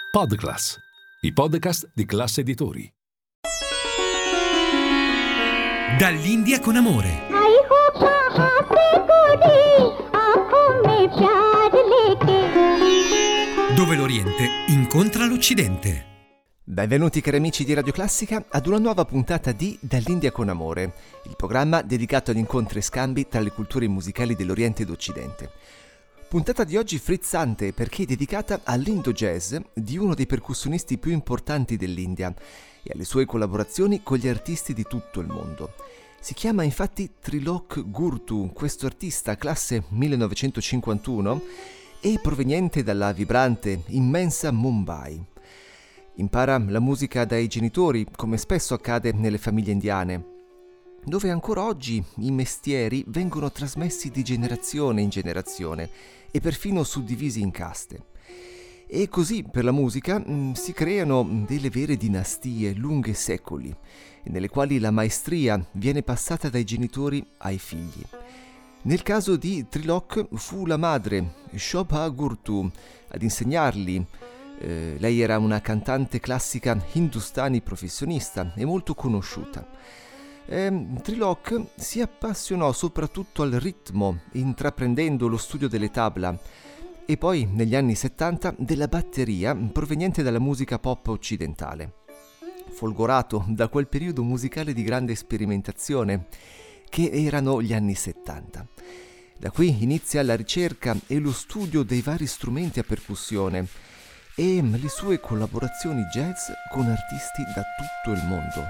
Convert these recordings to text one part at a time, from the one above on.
Podclass, i podcast di Class Editori. Dall'India con amore. Dove l'Oriente incontra l'Occidente. Benvenuti cari amici di Radio Classica ad una nuova puntata di Dall'India con amore, il programma dedicato agli incontri e scambi tra le culture musicali dell'Oriente ed Occidente. Puntata di oggi frizzante perché è dedicata all'Indo-jazz di uno dei percussionisti più importanti dell'India e alle sue collaborazioni con gli artisti di tutto il mondo. Si chiama infatti Trilok Gurtu, questo artista classe 1951 e proveniente dalla vibrante, immensa Mumbai. Impara la musica dai genitori, come spesso accade nelle famiglie indiane, dove ancora oggi i mestieri vengono trasmessi di generazione in generazione e perfino suddivisi in caste. E così per la musica si creano delle vere dinastie lunghe secoli, nelle quali la maestria viene passata dai genitori ai figli. Nel caso di Trilok fu la madre, Shobha Gurtu, ad insegnarli. Lei era una cantante classica hindustani professionista e molto conosciuta. Trilok si appassionò soprattutto al ritmo, intraprendendo lo studio delle tabla e poi negli anni 70 della batteria proveniente dalla musica pop occidentale. Folgorato da quel periodo musicale di grande sperimentazione che erano gli anni 70. Da qui inizia la ricerca e lo studio dei vari strumenti a percussione e le sue collaborazioni jazz con artisti da tutto il mondo.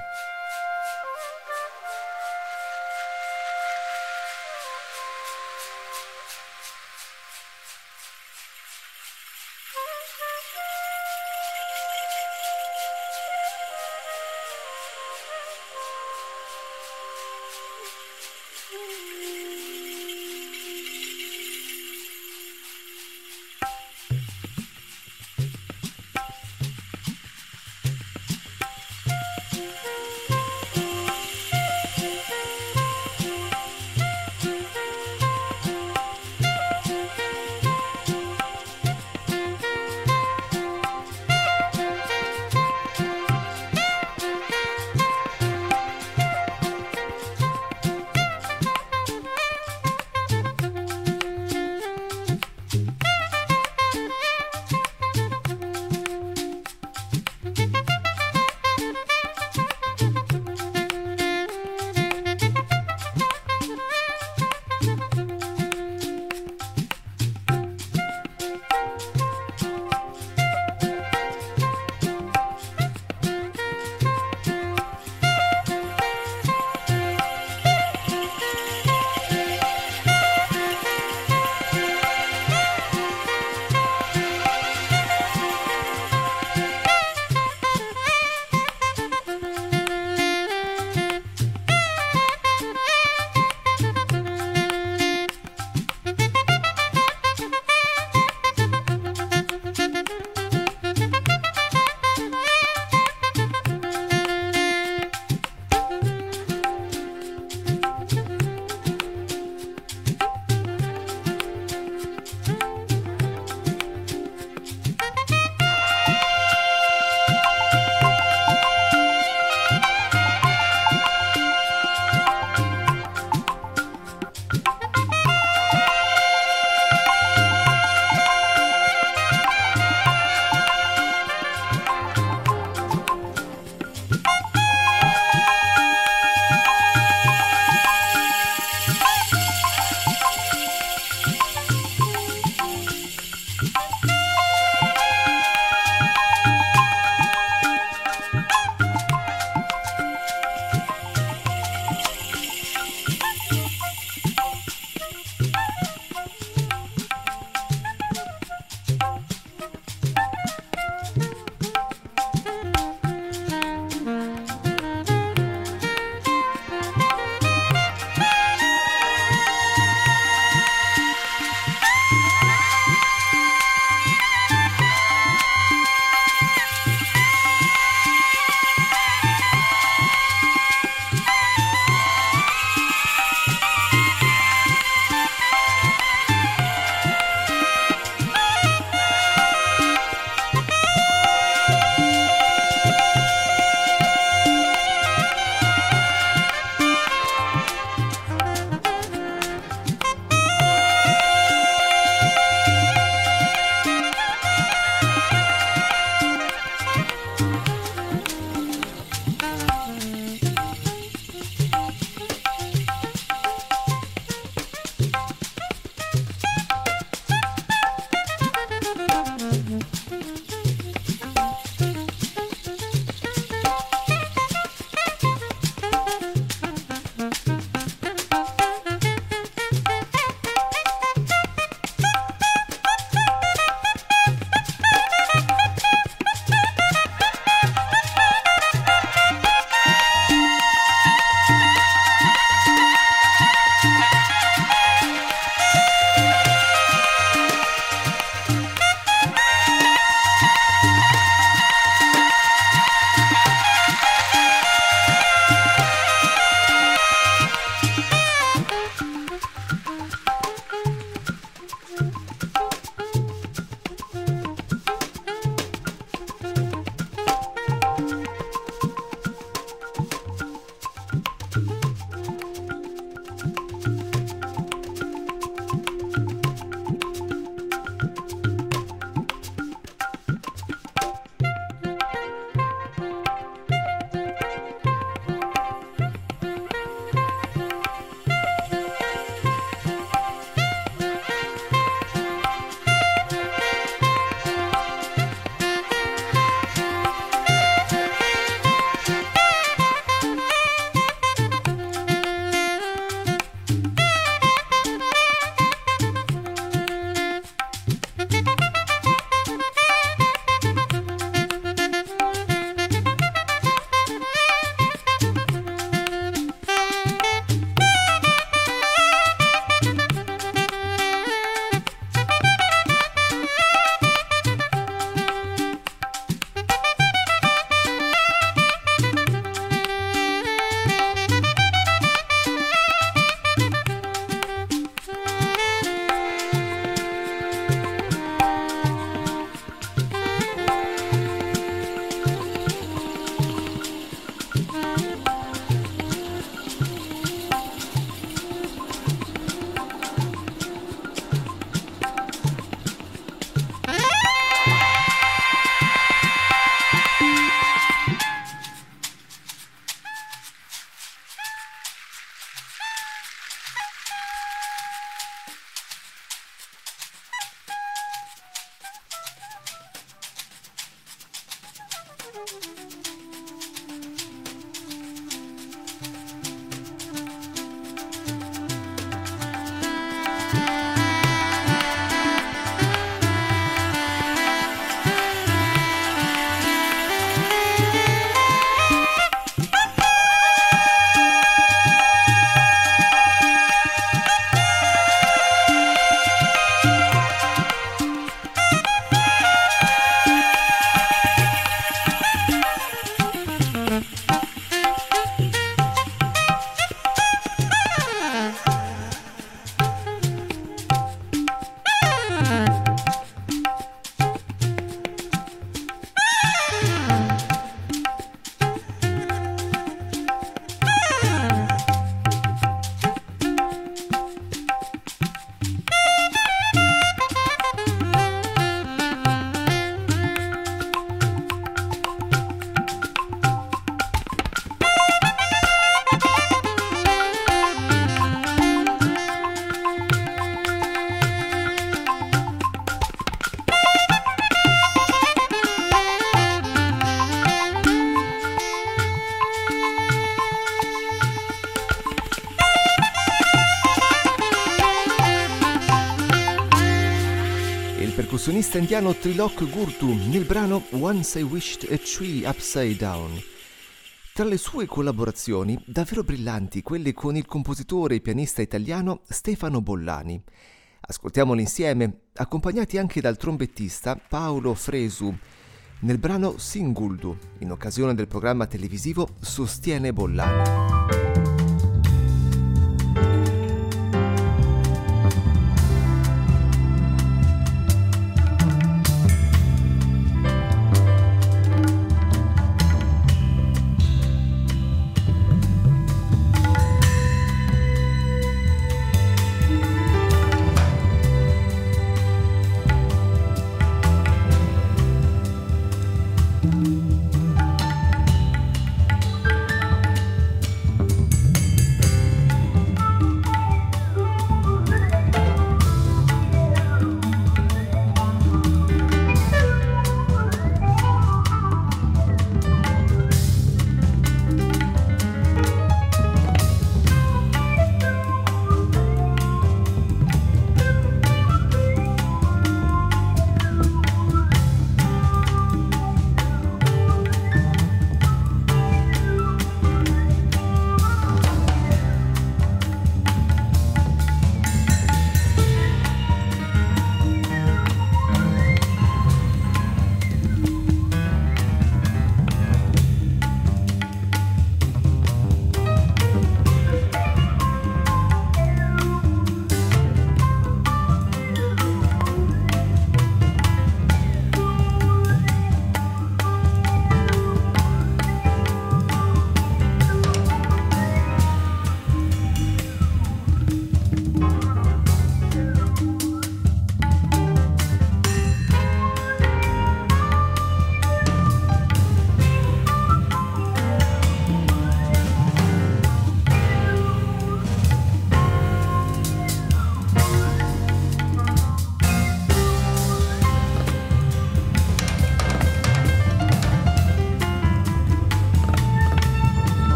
Percussionista indiano Trilok Gurtu nel brano Once I Wished a Tree Upside Down. Tra le sue collaborazioni davvero brillanti quelle con il compositore e pianista italiano Stefano Bollani. Ascoltiamole insieme, accompagnati anche dal trombettista Paolo Fresu nel brano Singuldu, in occasione del programma televisivo Sostiene Bollani.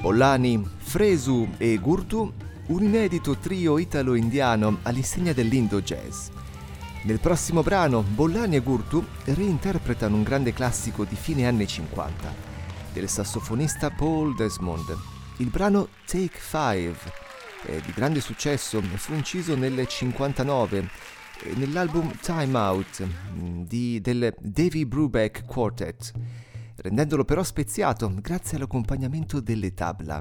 Bollani, Fresu e Gurtu, un inedito trio italo-indiano all'insegna dell'Indo Jazz. Nel prossimo brano Bollani e Gurtu reinterpretano un grande classico di fine anni 50 del sassofonista Paul Desmond. Il brano Take 5 è di grande successo, fu inciso nel 1959 nell'album Time Out del Davy Brubeck Quartet, rendendolo però speziato grazie all'accompagnamento delle tabla.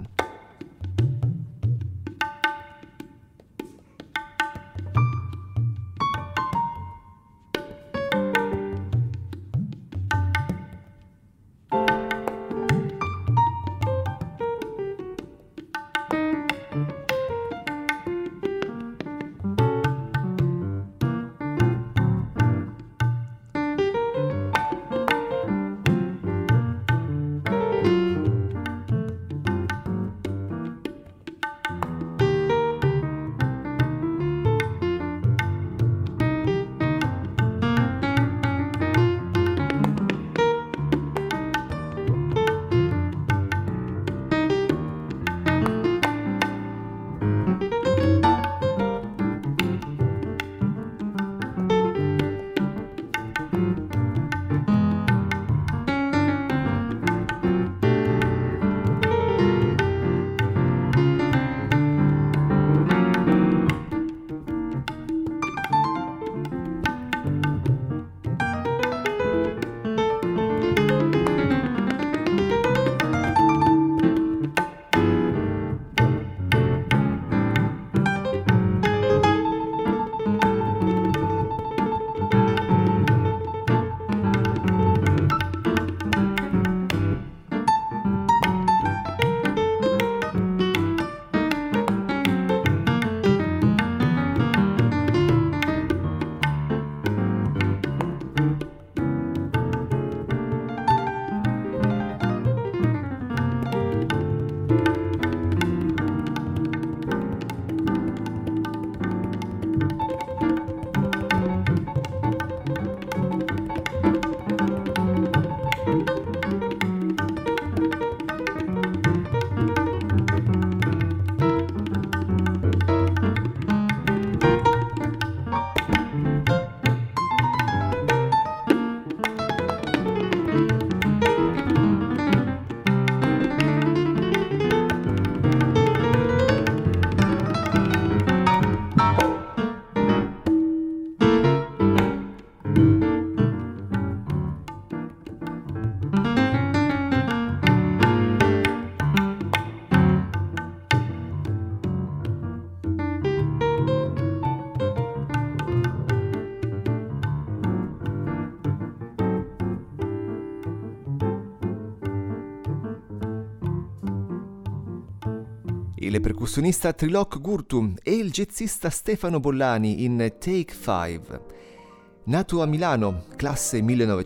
Il percussionista Trilok Gurtu e il jazzista Stefano Bollani in Take 5. Nato a Milano, classe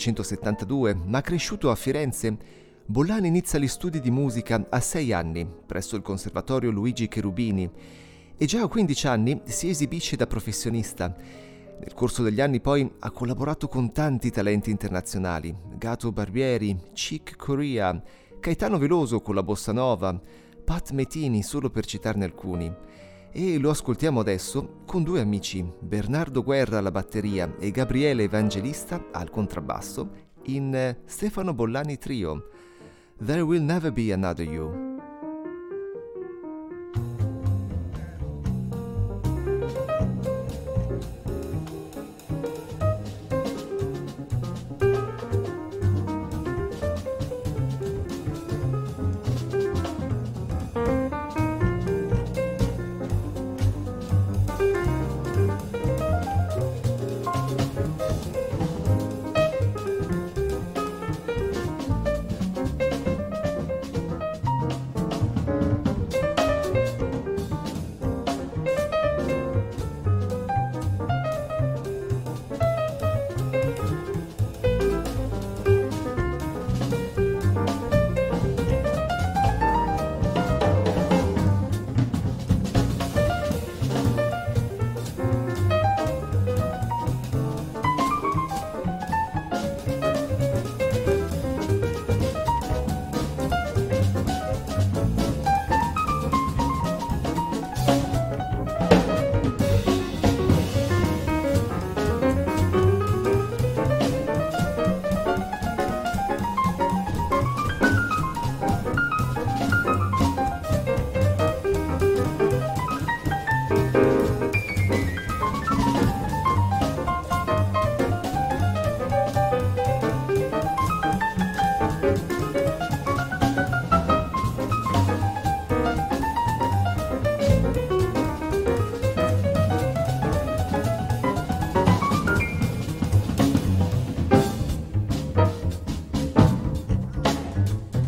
1972, ma cresciuto a Firenze, Bollani inizia gli studi di musica a 6 anni presso il Conservatorio Luigi Cherubini e già a 15 anni si esibisce da professionista. Nel corso degli anni poi ha collaborato con tanti talenti internazionali, Gato Barbieri, Chick Corea, Caetano Veloso con la Bossa Nova, Pat Metini, solo per citarne alcuni. E lo ascoltiamo adesso con due amici, Bernardo Guerra alla batteria e Gabriele Evangelista al contrabbasso, in Stefano Bollani Trio, There Will Never Be Another You.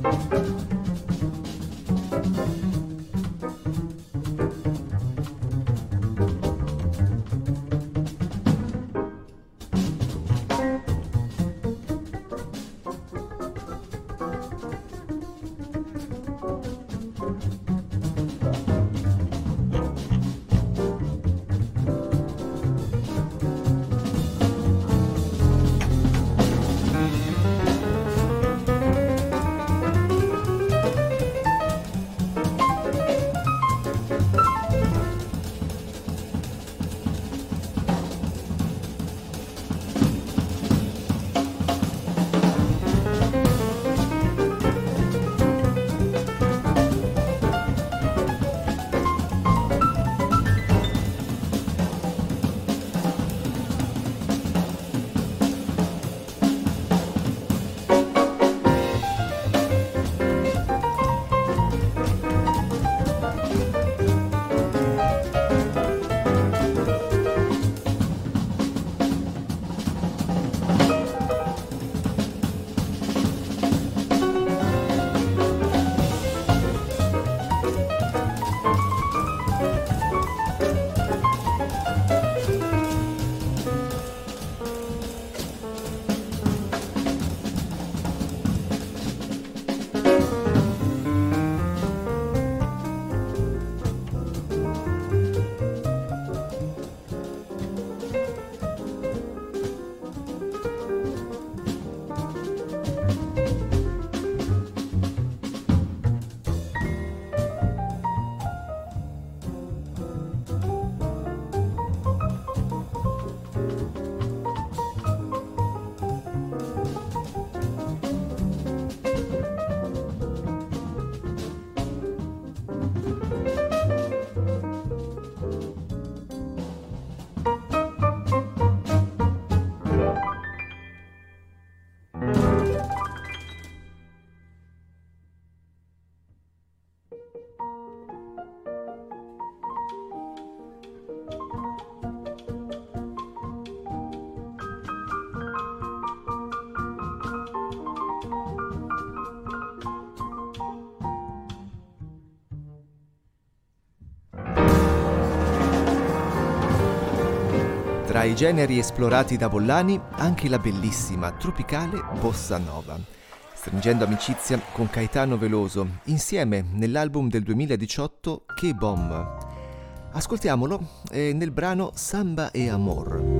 Tra i generi esplorati da Bollani, anche la bellissima, tropicale bossa nova, stringendo amicizia con Caetano Veloso, insieme nell'album del 2018 Che Bom. Ascoltiamolo nel brano Samba e Amor.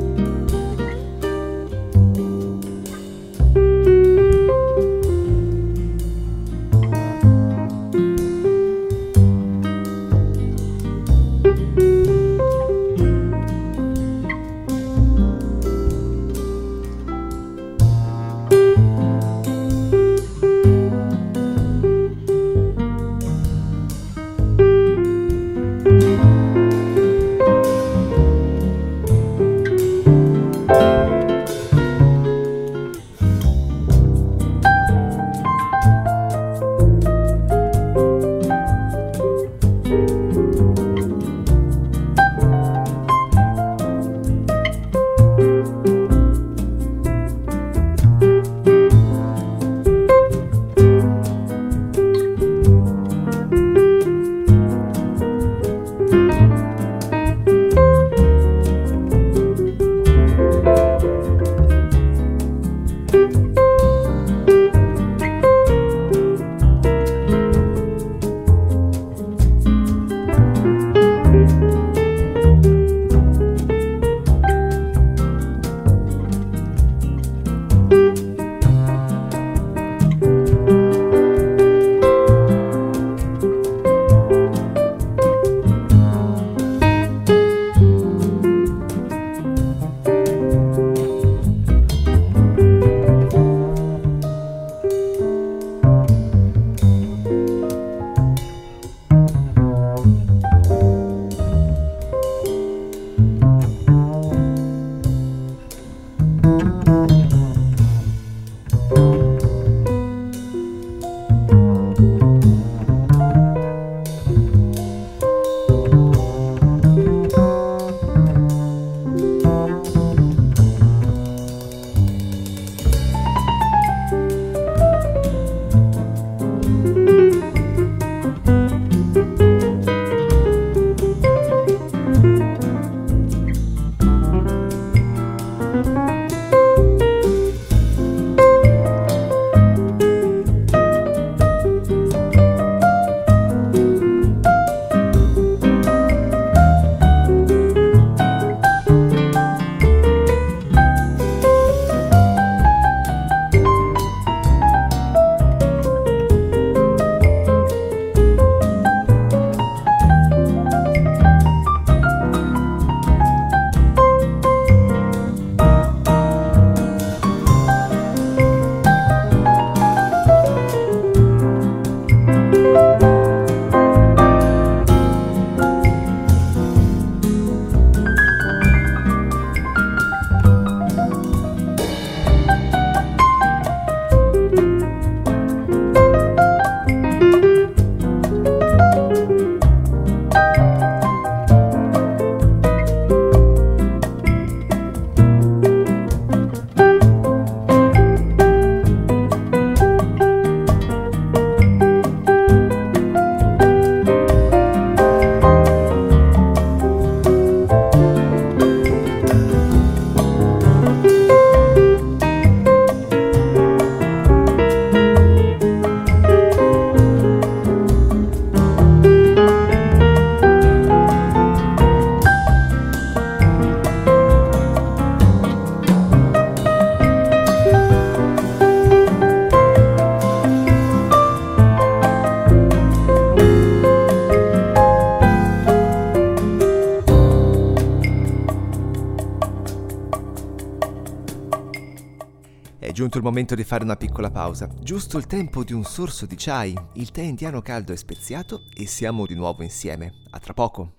giunto il momento di fare una piccola pausa, giusto il tempo di un sorso di chai, il tè indiano caldo e speziato e siamo di nuovo insieme. A tra poco.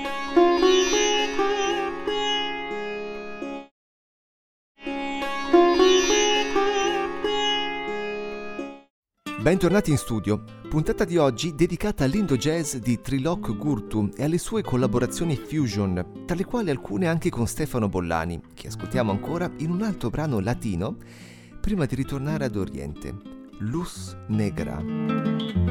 Bentornati in studio, puntata di oggi dedicata all'Indo-Jazz di Trilok Gurtu e alle sue collaborazioni fusion, tra le quali alcune anche con Stefano Bollani, che ascoltiamo ancora in un altro brano latino, prima di ritornare ad Oriente, Luz Negra.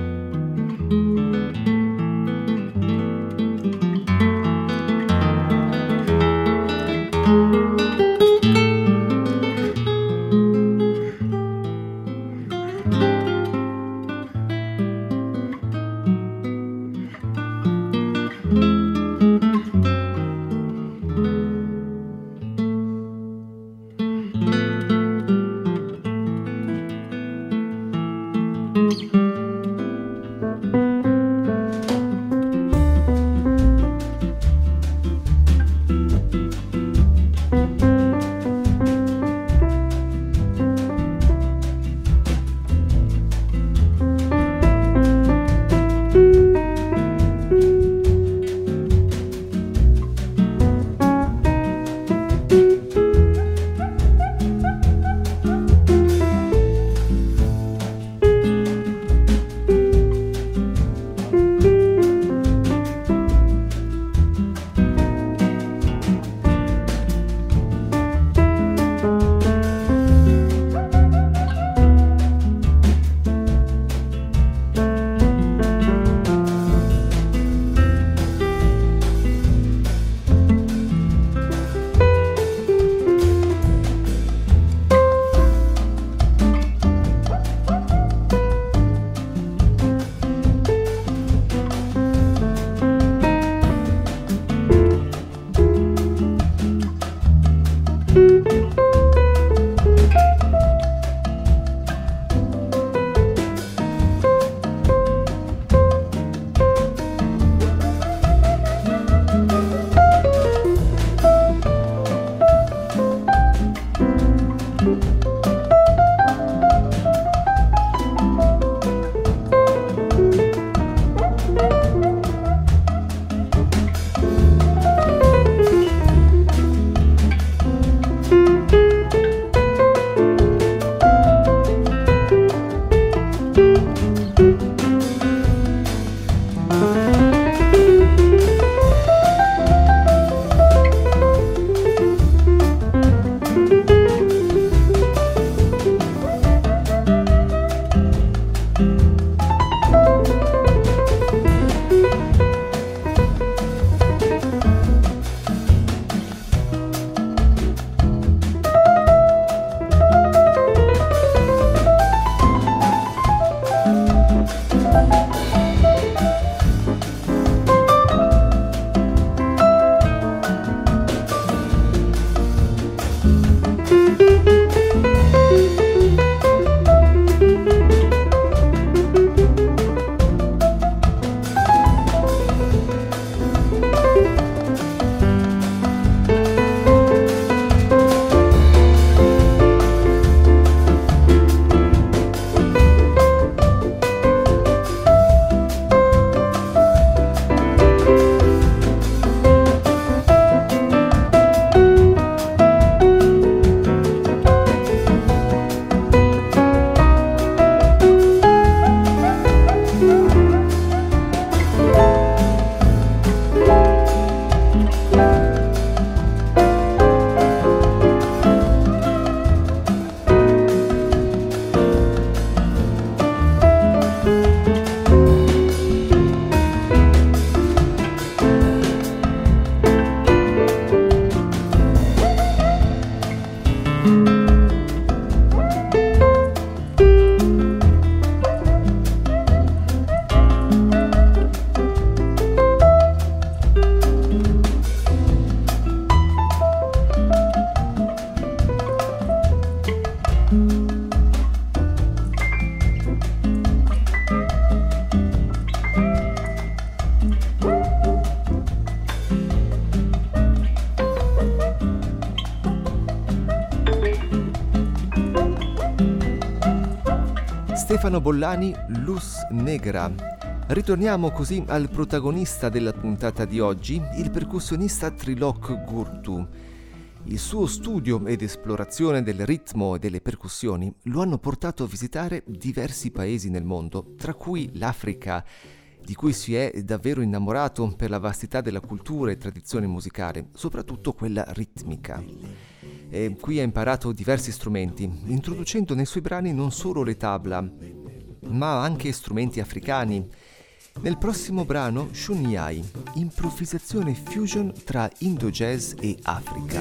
Stefano Bollani, Luz Negra. Ritorniamo così al protagonista della puntata di oggi, il percussionista Trilok Gurtu. Il suo studio ed esplorazione del ritmo e delle percussioni lo hanno portato a visitare diversi paesi nel mondo, tra cui l'Africa, di cui si è davvero innamorato per la vastità della cultura e tradizione musicale, soprattutto quella ritmica. E qui ha imparato diversi strumenti, introducendo nei suoi brani non solo le tabla, ma anche strumenti africani. Nel prossimo brano, Shunyai, improvvisazione fusion tra Indo Jazz e Africa.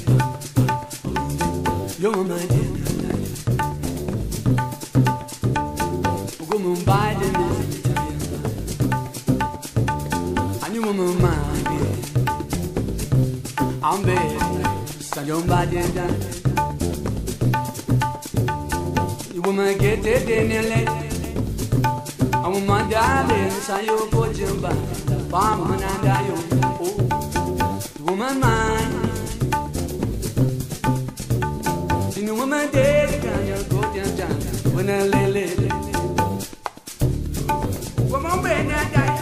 I'm my darling, sayo pojamba, pamananda yo, woman man. In a woman day, can you go down when I lay? Woman, ben,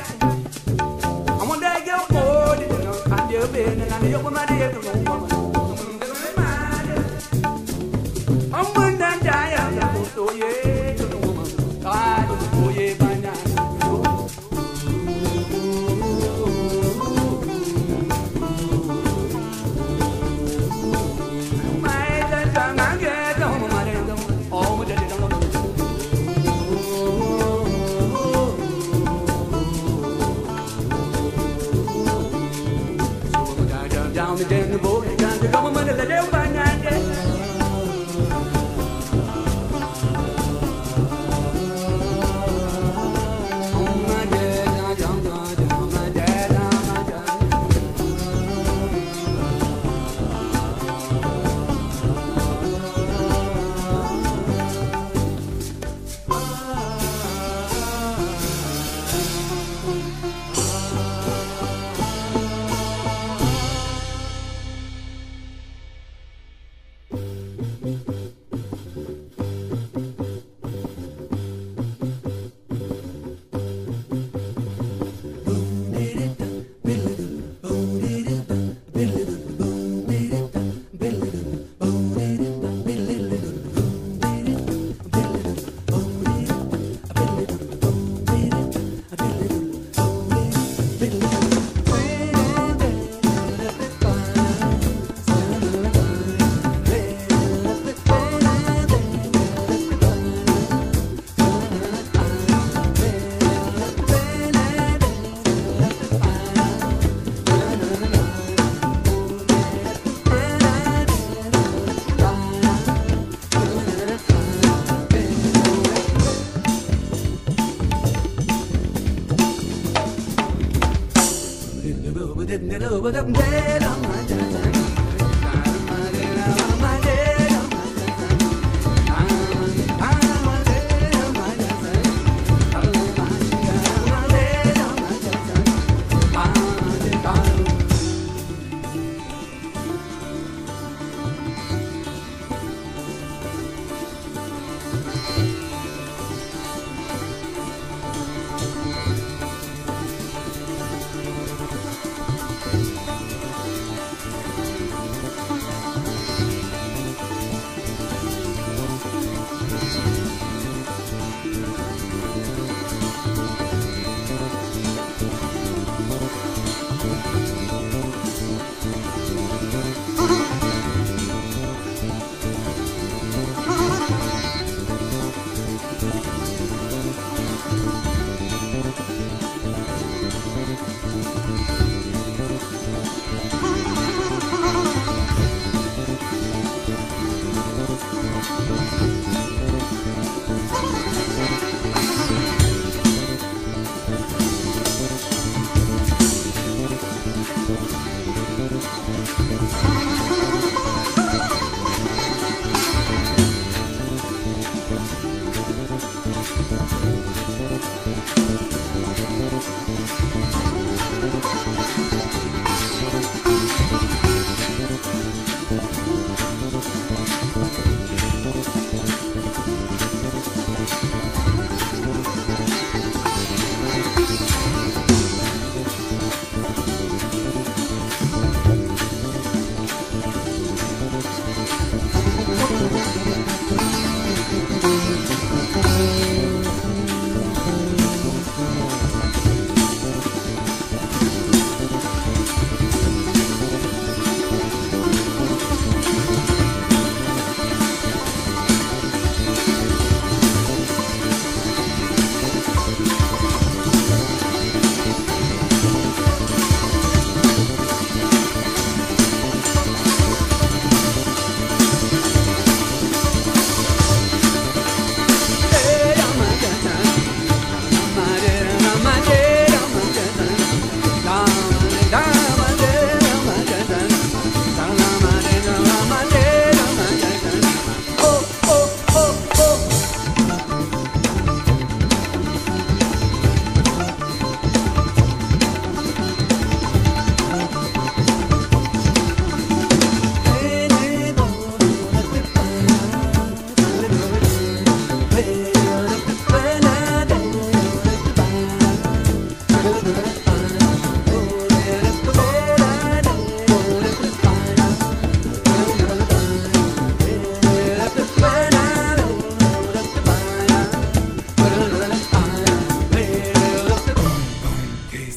I want that girl for and you're been and I'm your woman. I'm one that die, oh yeah, oh yeah.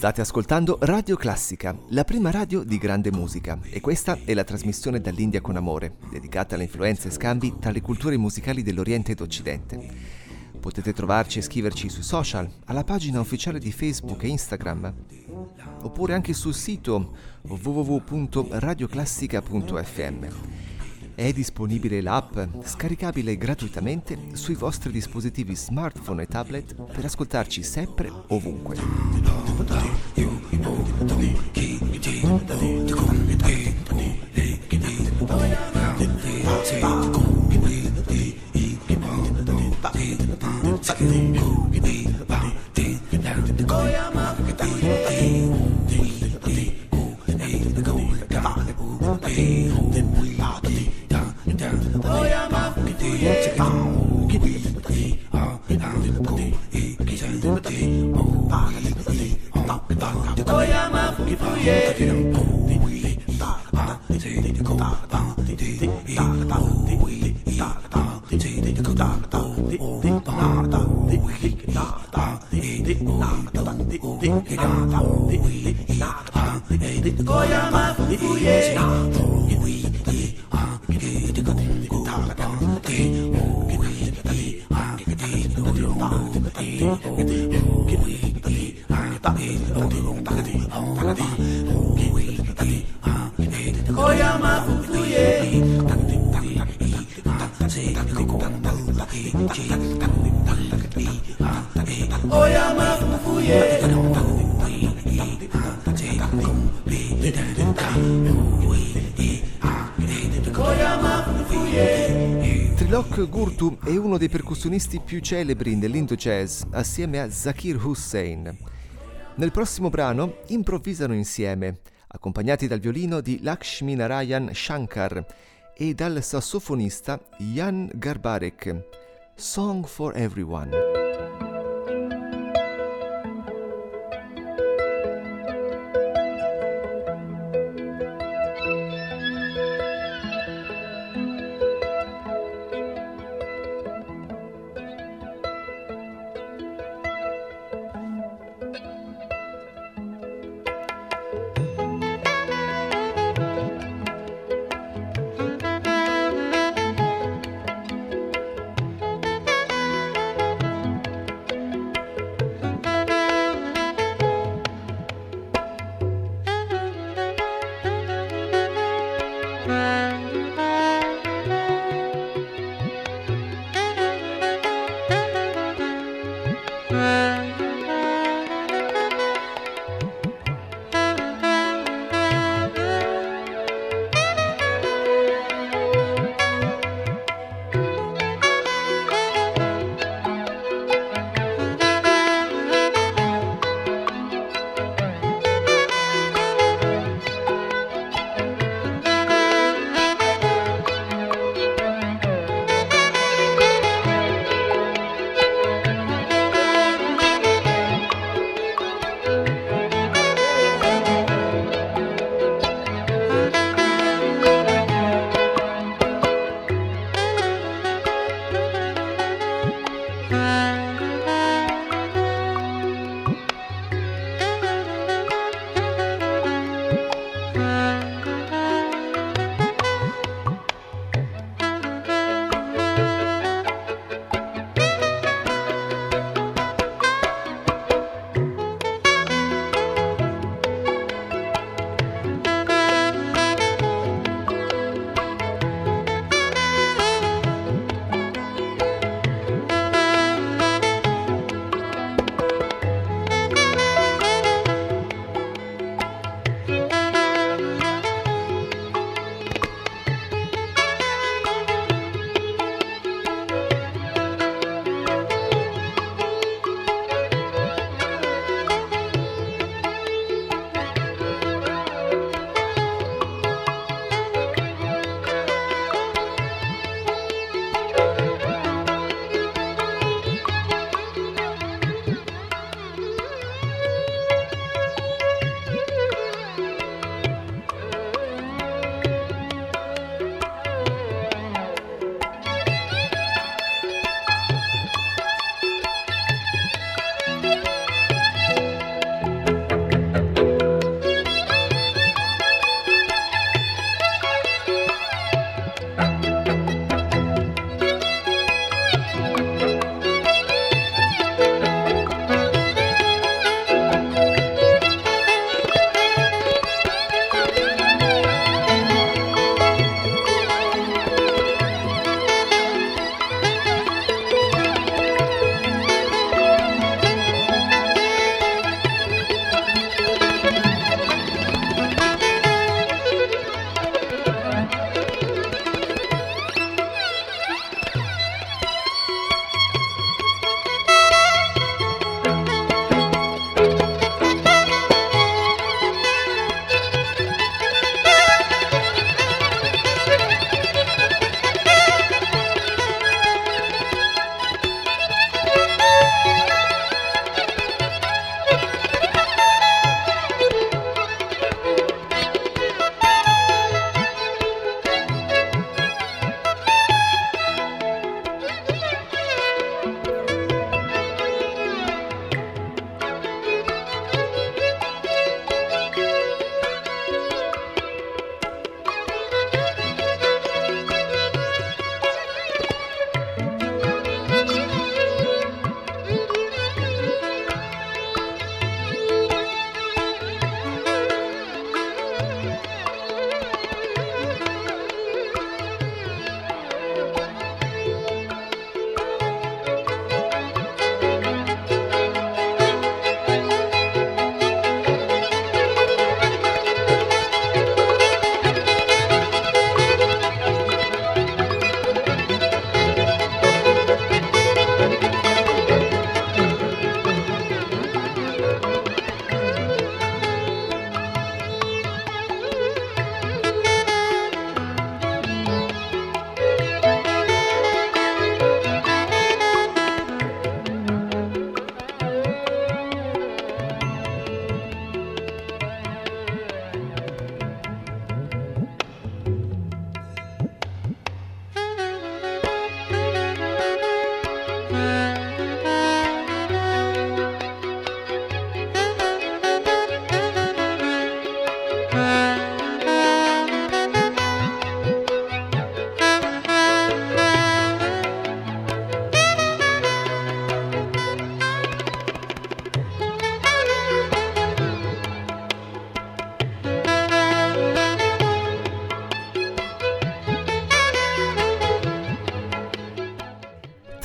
State ascoltando Radio Classica, la prima radio di grande musica, e questa è la trasmissione Dall'India con amore, dedicata alle influenze e scambi tra le culture musicali dell'Oriente ed Occidente. Potete trovarci e scriverci sui social, alla pagina ufficiale di Facebook e Instagram, oppure anche sul sito www.radioclassica.fm. È disponibile l'app, scaricabile gratuitamente sui vostri dispositivi smartphone e tablet per ascoltarci sempre, ovunque. Trilok Gurtu è uno dei percussionisti più celebri nell'Indo jazz, assieme a Zakir Hussain. Nel prossimo brano improvvisano insieme, accompagnati dal violino di Lakshmi Narayan Shankar e dal sassofonista Jan Garbarek. Song for Everyone.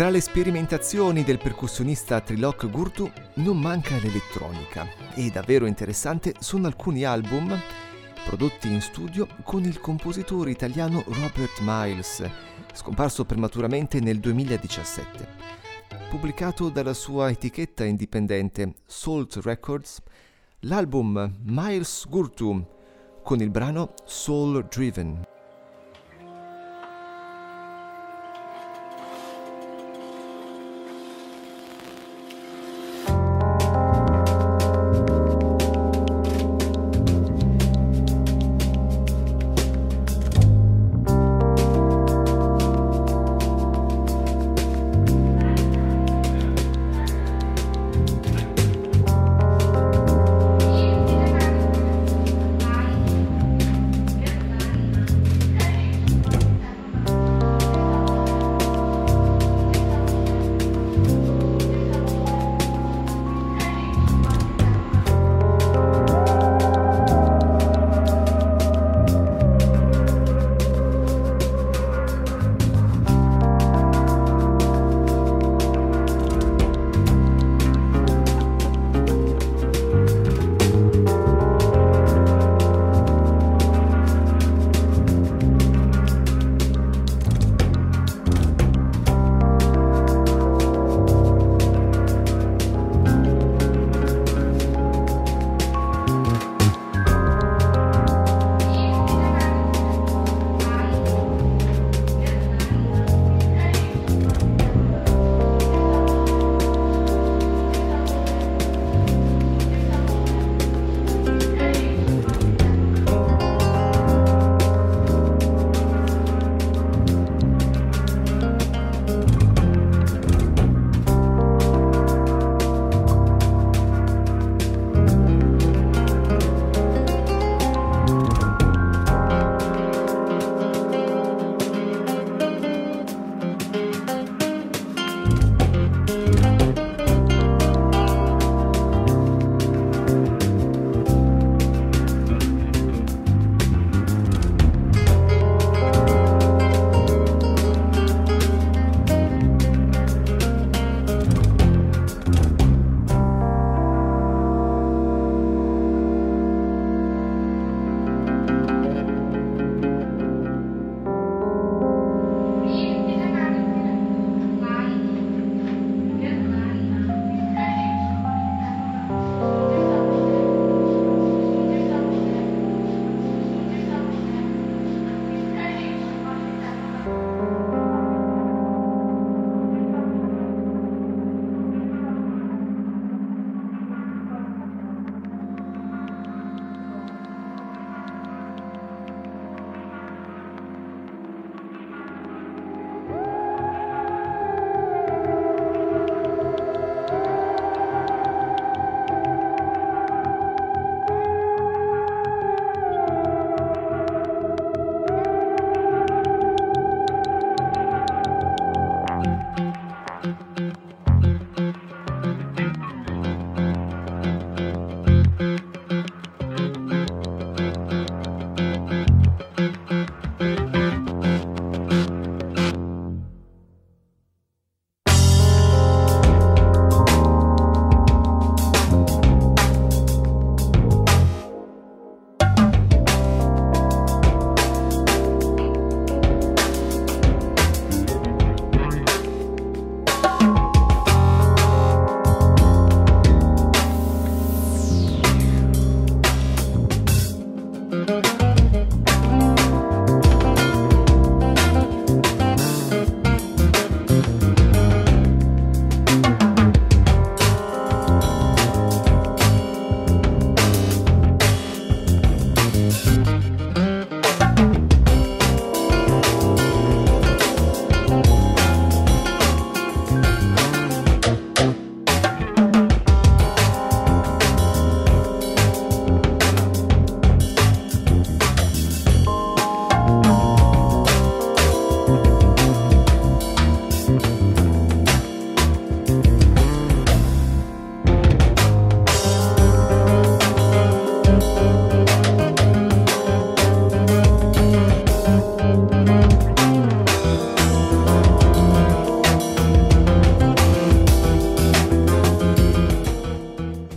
Tra le sperimentazioni del percussionista Trilok Gurtu non manca l'elettronica e davvero interessante sono alcuni album prodotti in studio con il compositore italiano Robert Miles, scomparso prematuramente nel 2017. Pubblicato dalla sua etichetta indipendente Salt Records, l'album Miles Gurtu con il brano Soul Driven.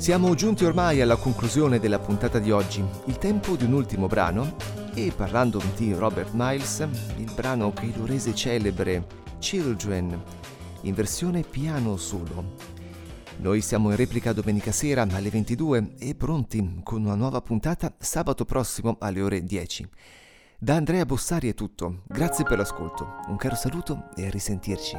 Siamo giunti ormai alla conclusione della puntata di oggi, il tempo di un ultimo brano e parlando di Robert Miles, il brano che lo rese celebre, Children, in versione piano solo. Noi siamo in replica domenica sera alle 22 e pronti con una nuova puntata sabato prossimo alle ore 10. Da Andrea Bossari è tutto, grazie per l'ascolto, un caro saluto e a risentirci.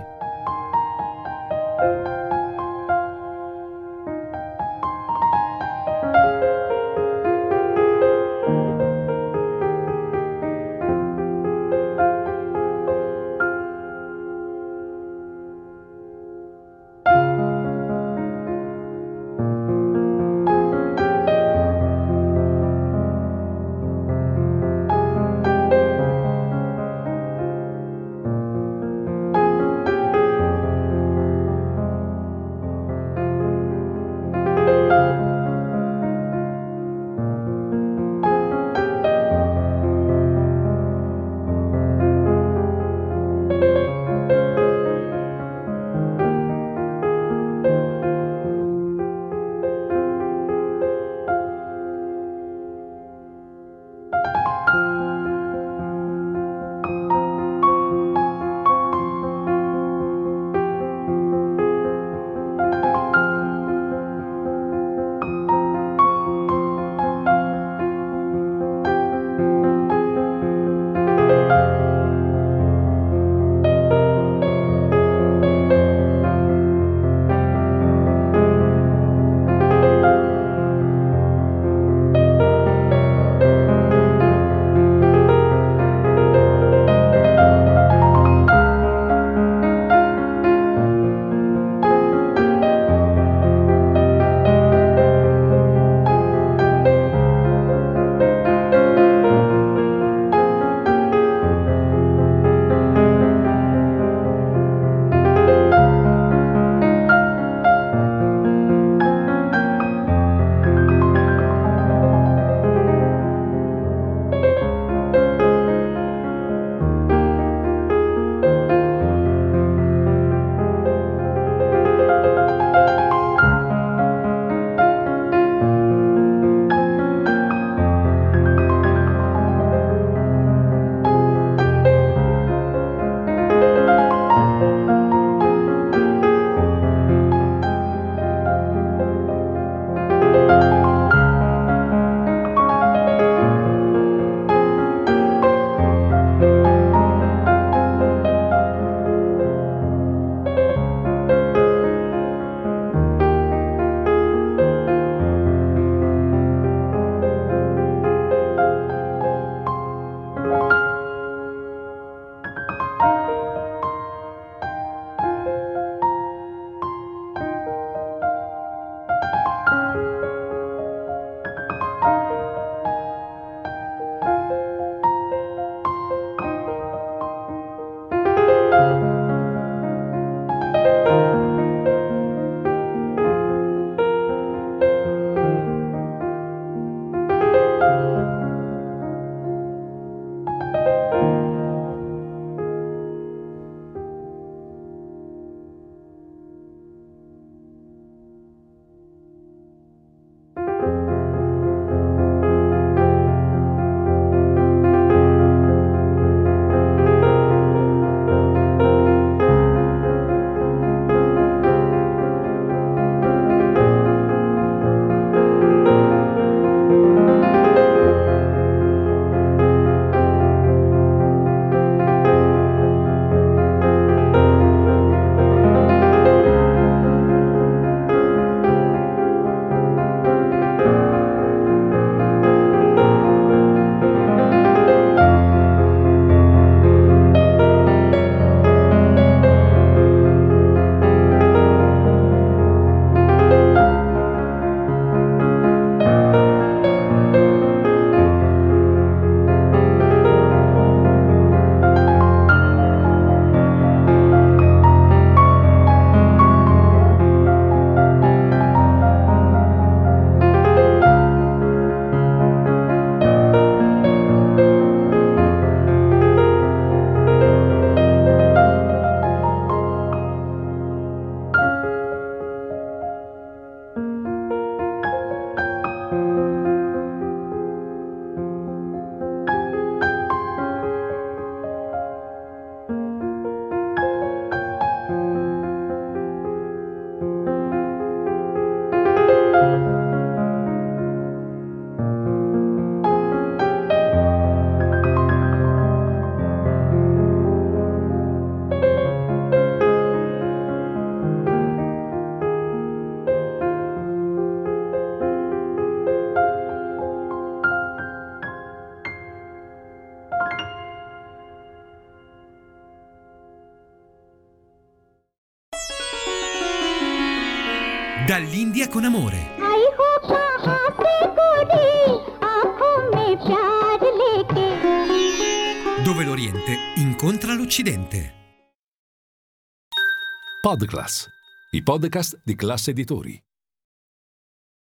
Dall'India con amore. आई हो कहाँ से गोरी आँखों में प्यार लेके Dove l'Oriente incontra l'Occidente. Podclass, i podcast di Classe Editori.